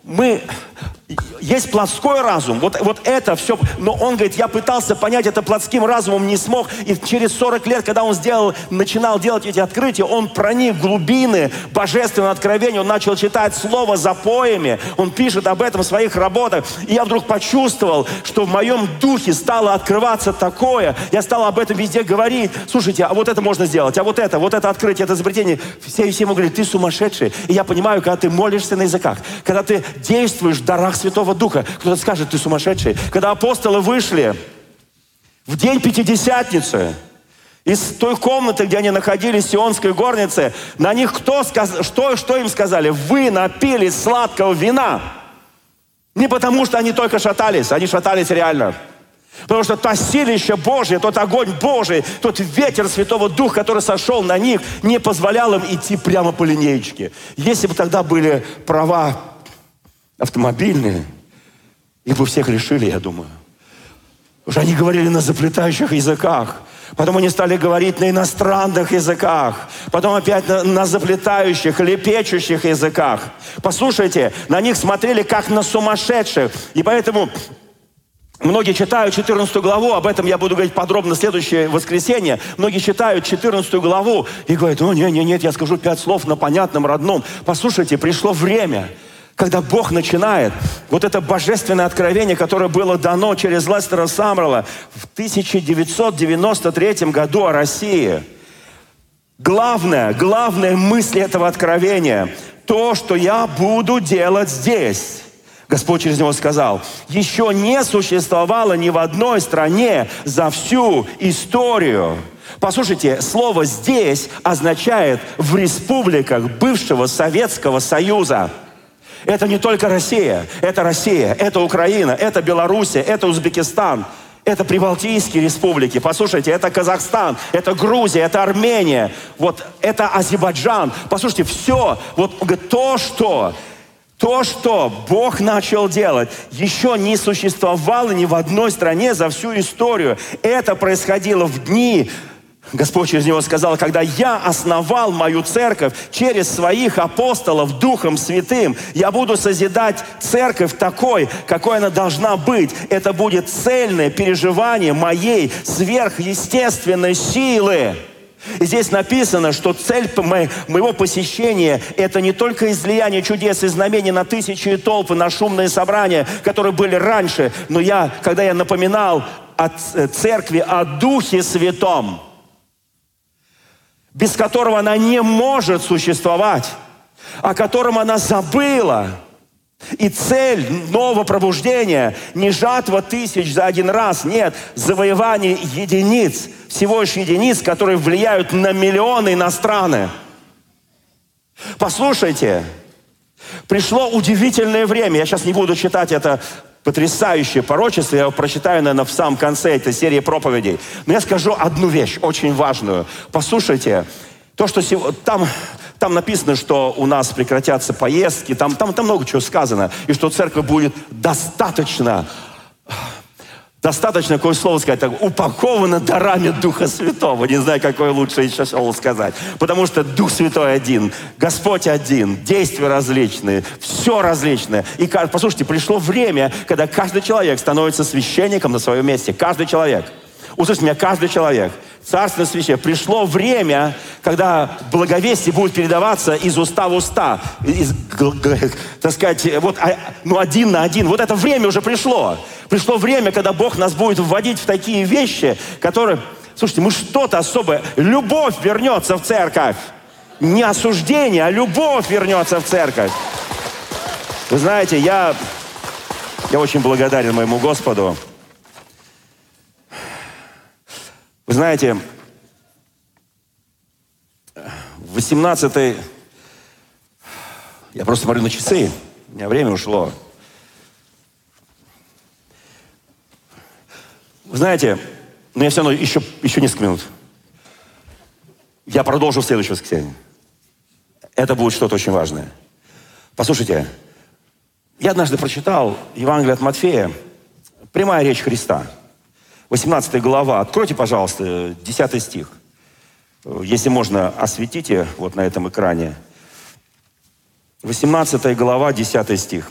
Есть плотской разум, вот это все. Но он говорит, я пытался понять это плотским разумом, не смог. И через 40 лет, когда он начинал делать эти открытия, он проник в глубины божественного откровения. Он начал читать Слово запоями. Он пишет об этом в своих работах. И я вдруг почувствовал, что в моем духе стало открываться такое. Я стал об этом везде говорить. Слушайте, а вот это можно сделать, а вот это открытие, это изобретение. Все ему говорят, ты сумасшедший. И я понимаю, когда ты молишься на языках, когда ты действуешь в дарах Святого Духа, кто-то скажет, ты сумасшедший. Когда апостолы вышли в день Пятидесятницы из той комнаты, где они находились, в Сионской горнице, на них что им сказали? Вы напились сладкого вина. Не потому, что они только шатались, они шатались реально. Потому что то силище Божье, тот огонь Божий, тот ветер Святого Духа, который сошел на них, не позволял им идти прямо по линеечке. Если бы тогда были права автомобильные, их бы всех лишили, я думаю. Уже они говорили на заплетающих языках. Потом они стали говорить на иностранных языках. Потом опять на заплетающих, лепечущих языках. Послушайте, на них смотрели как на сумасшедших. И поэтому многие читают 14 главу, об этом я буду говорить подробно в следующее воскресенье. Многие читают 14 главу и говорят, нет, я скажу 5 слов на понятном, родном. Послушайте, пришло время, когда Бог начинает вот это божественное откровение, которое было дано через Лестера Самрелла в 1993 году о России. Главная мысль этого откровения – то, что я буду делать здесь. Господь через него сказал, еще не существовало ни в одной стране за всю историю. Послушайте, слово «здесь» означает в республиках бывшего Советского Союза. Это не только Россия, это Украина, это Белоруссия, это Узбекистан, это Прибалтийские республики. Послушайте, это Казахстан, это Грузия, это Армения, вот это Азербайджан. Послушайте, все, вот то, что Бог начал делать, еще не существовало ни в одной стране за всю историю. Это происходило в дни, Господь через него сказал, когда я основал мою церковь через своих апостолов Духом Святым, я буду созидать церковь такой, какой она должна быть. Это будет цельное переживание моей сверхъестественной силы. И здесь написано, что цель моего посещения – это не только излияние чудес и знамений на тысячи и толпы, на шумные собрания, которые были раньше, но когда я напоминал о церкви, о Духе Святом, без которого она не может существовать, о котором она забыла. И цель нового пробуждения не жатва тысяч за один раз, нет, завоевание единиц, всего лишь единиц, которые влияют на миллионы на страны. Послушайте, пришло удивительное время. Я сейчас не буду читать это потрясающее пророчество, я его прочитаю, наверное, в самом конце этой серии проповедей. Но я скажу одну вещь, очень важную. Послушайте, то, что там написано, что у нас прекратятся поездки, там много чего сказано, и что церковь будет достаточно, какое слово сказать, так, упакована дарами Духа Святого. Не знаю, какое лучше еще слово сказать. Потому что Дух Святой один, Господь один, действия различные, все различное. И послушайте, пришло время, когда каждый человек становится священником на своем месте. Каждый человек. Услышьте меня, каждый человек. царственное священство. Пришло время, когда благовестие будет передаваться из уста в уста. Так сказать, вот, один на один. Вот это время уже пришло. Пришло время, когда Бог нас будет вводить в такие вещи, которые... Слушайте, мы что-то особое... Любовь вернется в церковь. Не осуждение, а любовь вернется в церковь. Вы знаете, я очень благодарен моему Господу. Вы знаете, в 18-й... Я просто смотрю на часы. У меня время ушло. Вы знаете, но я все равно еще несколько минут. Я продолжу в следующее воскресенье. Это будет что-то очень важное. Послушайте, я однажды прочитал Евангелие от Матфея, прямая речь Христа. 18 глава. Откройте, пожалуйста, 10 стих. Если можно, осветите вот на этом экране. 18 глава, 10 стих.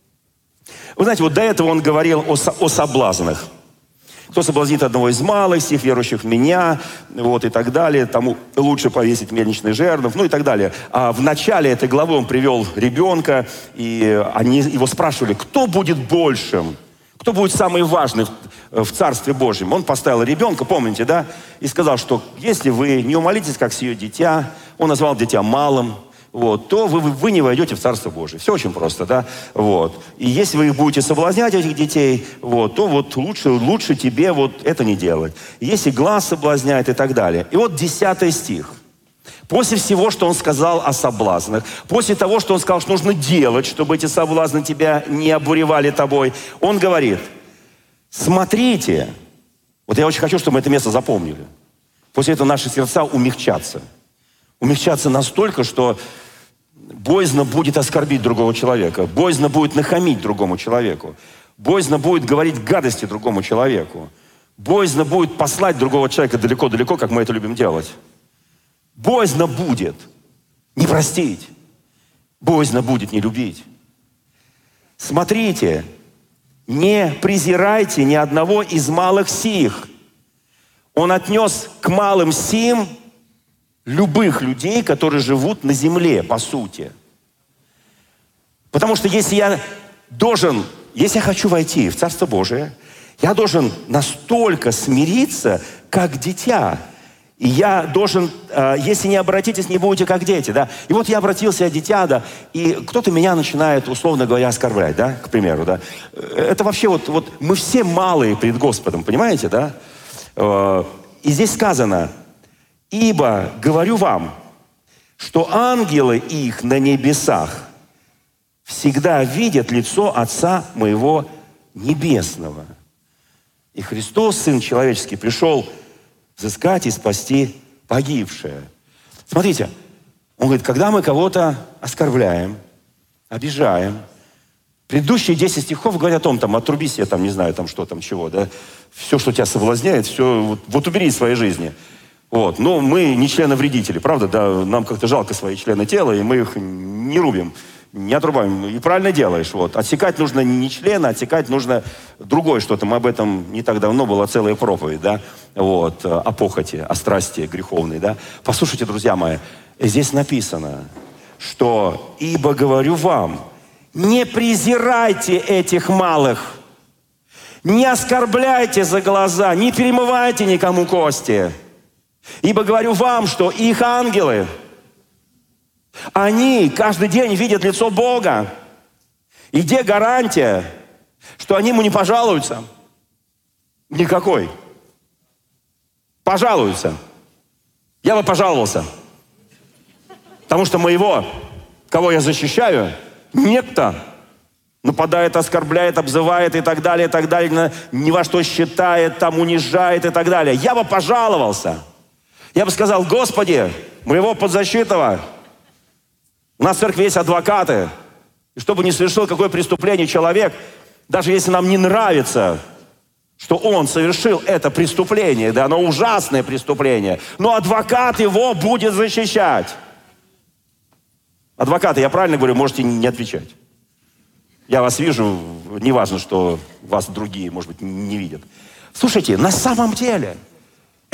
Вы знаете, вот до этого он говорил о соблазнах. Кто соблазнит одного из малых, всех верующих в меня, вот и так далее, тому лучше повесить мельничный жернов, ну и так далее. А в начале этой главы он привел ребенка, и они его спрашивали, кто будет большим, кто будет самый важный в Царстве Божьем. Он поставил ребенка, помните, да, и сказал, что если вы не умолитесь, как сие дитя, он назвал дитя малым, вот, то вы не войдете в Царство Божие. Все очень просто, да? Вот. И если вы будете соблазнять этих детей, вот, то вот лучше тебе вот это не делать. Если глаз соблазняет и так далее. И вот 10 стих. После всего, что он сказал о соблазнах, после того, что он сказал, что нужно делать, чтобы эти соблазны тебя не обуревали тобой, он говорит, смотрите, вот я очень хочу, чтобы мы это место запомнили. После этого наши сердца умягчатся. Умягчатся настолько, что боязно будет оскорбить другого человека, боязно будет нахамить другому человеку, боязно будет говорить гадости другому человеку, боязно будет послать другого человека далеко-далеко, как мы это любим делать. Боязно будет не простить, боязно будет не любить. Смотрите, не презирайте ни одного из малых сих. Он отнес к малым сим любых людей, которые живут на земле, по сути. Потому что если я хочу войти в Царство Божие, я должен настолько смириться, как дитя. И я должен, если не обратитесь, не будете как дети, да. И вот я обратился, я дитя, да, и кто-то меня начинает, условно говоря, оскорблять, да, к примеру, да. Это вообще вот мы все малые пред Господом, понимаете, да. И здесь сказано, ибо говорю вам, что ангелы их на небесах всегда видят лицо Отца моего Небесного. И Христос, Сын Человеческий, пришел взыскать и спасти погибшее. Смотрите, он говорит, когда мы кого-то оскорбляем, обижаем, предыдущие 10 стихов говорят о том, там, отруби себе, там, не знаю, там, что там, чего, да, все, что тебя соблазняет, все, вот убери из своей жизни. Вот. Но мы не членовредители, правда, да, нам как-то жалко свои члены тела, и мы их не рубим, не отрубаем. И правильно делаешь. Вот. Отсекать нужно не члена, отсекать нужно другое что-то. Мы об этом не так давно была целая проповедь, да, вот, о похоти, о страсти греховной, да. Послушайте, друзья мои, здесь написано, что «Ибо говорю вам, не презирайте этих малых, не оскорбляйте за глаза, не перемывайте никому кости». Ибо говорю вам, что их ангелы, они каждый день видят лицо Бога. И где гарантия, что они ему не пожалуются? Никакой. Пожалуются. Я бы пожаловался. Потому что моего, кого я защищаю, некто нападает, оскорбляет, обзывает и так далее, ни во что считает, там унижает и так далее. Я бы пожаловался. Я бы сказал, Господи, моего подзащитного, у нас в церкви есть адвокаты, и чтобы не совершил какое преступление человек, даже если нам не нравится, что он совершил это преступление, да, оно ужасное преступление, но адвокат его будет защищать. Адвокаты, я правильно говорю, можете не отвечать. Я вас вижу, неважно, что вас другие, может быть, не видят. Слушайте, на самом деле...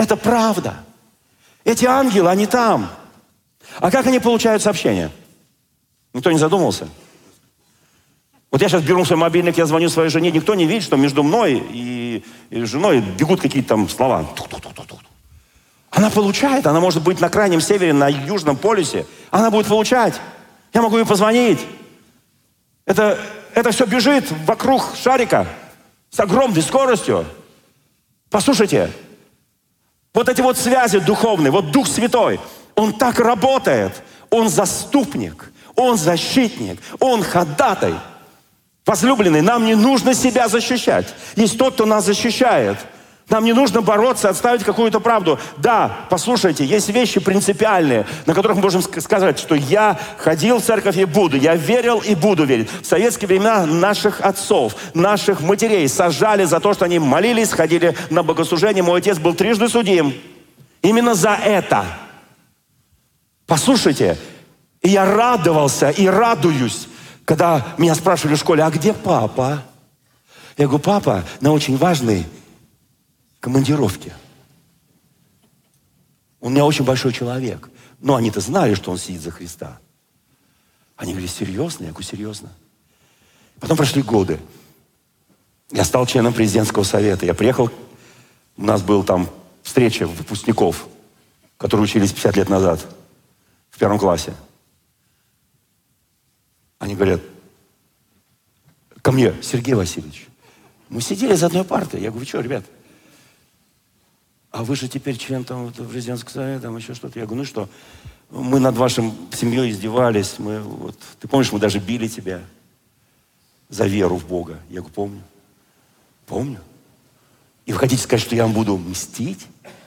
Это правда. Эти ангелы, они там. А как они получают сообщения? Никто не задумывался? Вот я сейчас беру свой мобильник, я звоню своей жене, никто не видит, что между мной и женой бегут какие-то там слова. Она получает, она может быть на крайнем севере, на южном полюсе. Она будет получать. Я могу ей позвонить. Это все бежит вокруг шарика с огромной скоростью. Послушайте, вот эти вот связи духовные, вот Дух Святой, Он так работает. Он заступник, Он защитник, Он ходатай. Возлюбленный, нам не нужно себя защищать. Есть тот, кто нас защищает. Нам не нужно бороться, отставить какую-то правду. Да, послушайте, есть вещи принципиальные, на которых мы можем сказать, что я ходил в церковь и буду, я верил и буду верить. В советские времена наших отцов, наших матерей сажали за то, что они молились, ходили на богослужение. Мой отец был трижды судим. Именно за это. Послушайте, и я радовался и радуюсь, когда меня спрашивали в школе, а где папа? Я говорю, папа на очень важной командировке. Он у меня очень большой человек. Но они-то знали, что он сидит за Христа. Они говорили, серьезно? Я говорю, серьезно. Потом прошли годы. Я стал членом президентского совета. Я приехал, у нас была там встреча выпускников, которые учились 50 лет назад в 1 классе. Они говорят ко мне, Сергей Васильевич, мы сидели за одной партой. Я говорю, вы что, ребят? А вы же теперь член там президентского совета, там еще что-то. Я говорю, ну что, мы над вашей семьей издевались. Ты помнишь, мы даже били тебя за веру в Бога. Я говорю, помню. Помню. И вы хотите сказать, что я вам буду мстить?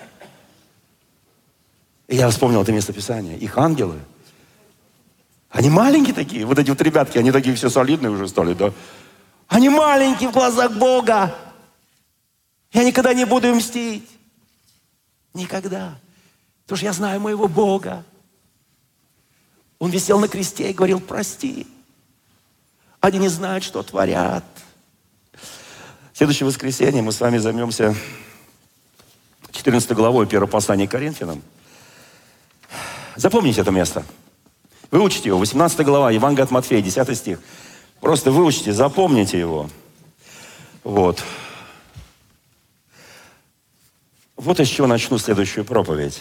И я вспомнил это местописание. Их ангелы. Они маленькие такие. Вот эти вот ребятки, они такие все солидные уже стали, да? Они маленькие в глазах Бога. Я никогда не буду им мстить. Никогда. Потому что я знаю моего Бога. Он висел на кресте и говорил, прости. Они не знают, что творят. В следующее воскресенье мы с вами займемся 14 главой 1 послания к Коринфянам. Запомните это место. Выучите его. 18 глава, Евангелие от Матфея, 10 стих. Просто выучите, запомните его. Вот. Вот из чего начну следующую проповедь.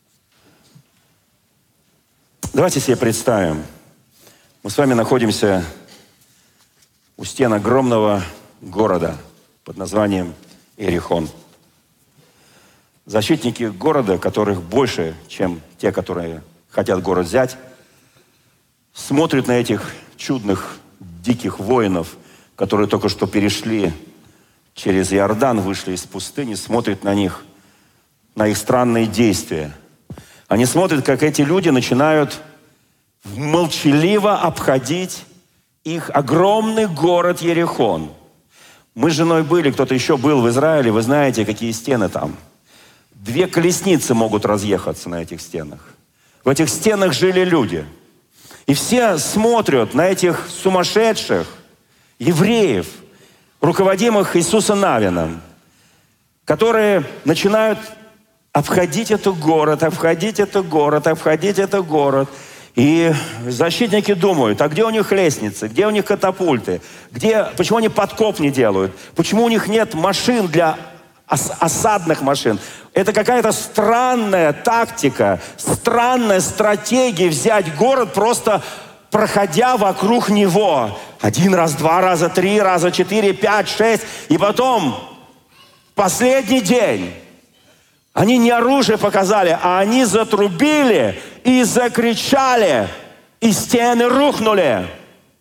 Давайте себе представим. Мы с вами находимся у стен огромного города под названием Иерихон. Защитники города, которых больше, чем те, которые хотят город взять, смотрят на этих чудных, диких воинов, которые только что перешли через Иордан, вышли из пустыни, смотрят на них, на их странные действия. Они смотрят, как эти люди начинают молчаливо обходить их огромный город Иерихон. Мы с женой были, кто-то еще был в Израиле, вы знаете, какие стены там. 2 колесницы могут разъехаться на этих стенах. В этих стенах жили люди. И все смотрят на этих сумасшедших евреев, руководимых Иисусом Навином, которые начинают обходить этот город, обходить этот город, обходить этот город. И защитники думают, а где у них лестницы, где у них катапульты, почему они подкоп не делают, почему у них нет машин для осадных машин. Это какая-то странная тактика, странная стратегия взять город, просто проходя вокруг него. 1 раз, 2 раза, 3 раза, 4, 5, 6. И потом, последний день, они не оружие показали, а они затрубили и закричали, и стены рухнули.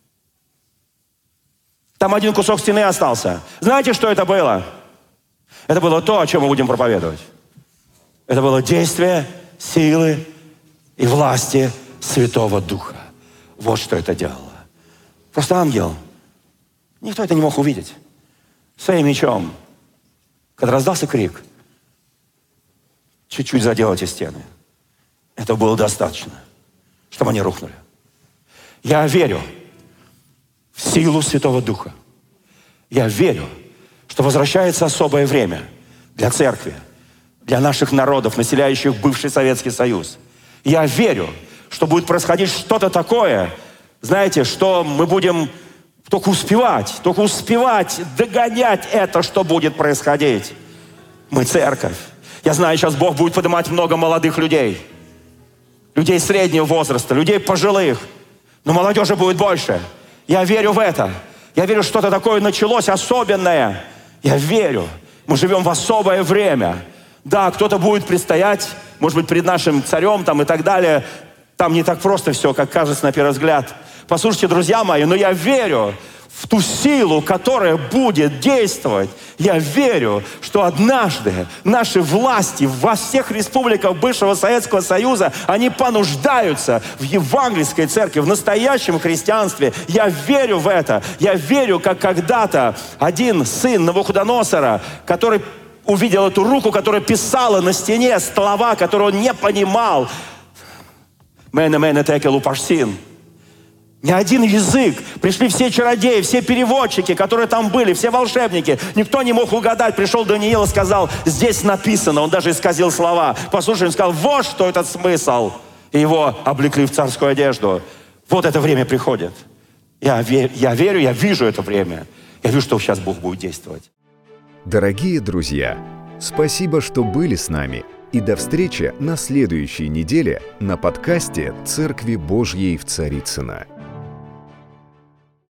Там 1 кусок стены остался. Знаете, что это было? Это было то, о чем мы будем проповедовать. Это было действие, силы и власти Святого Духа. Вот что это делало. Просто ангел. Никто это не мог увидеть. Своим мечом. Когда раздался крик, чуть-чуть задел эти стены. Этого было достаточно, чтобы они рухнули. Я верю в силу Святого Духа. Я верю, что возвращается особое время для церкви, для наших народов, населяющих бывший Советский Союз. Я верю, что будет происходить что-то такое, знаете, что мы будем только успевать догонять это, что будет происходить. Мы церковь. Я знаю, сейчас Бог будет поднимать много молодых людей. Людей среднего возраста, людей пожилых. Но молодежи будет больше. Я верю в это. Я верю, что-то такое началось особенное. Я верю. Мы живем в особое время. Да, кто-то будет предстоять, может быть, перед нашим царем там, и так далее. Там не так просто все, как кажется на первый взгляд. Послушайте, друзья мои, но я верю в ту силу, которая будет действовать. Я верю, что однажды наши власти во всех республиках бывшего Советского Союза, они понуждаются в евангельской церкви, в настоящем христианстве. Я верю в это. Я верю, как когда-то один сын Навуходоносора, который увидел эту руку, которая писала на стене слова, которые он не понимал. Мэне текел упашсин. Ни один язык. Пришли все чародеи, все переводчики, которые там были, все волшебники. Никто не мог угадать. Пришел Даниил и сказал, здесь написано. Он даже исказил слова. Послушай, он сказал, вот что этот смысл. И его облекли в царскую одежду. Вот это время приходит. Я верю, я вижу это время. Я вижу, что сейчас Бог будет действовать. Дорогие друзья, спасибо, что были с нами. И до встречи на следующей неделе на подкасте «Церкви Божьей в Царицыно».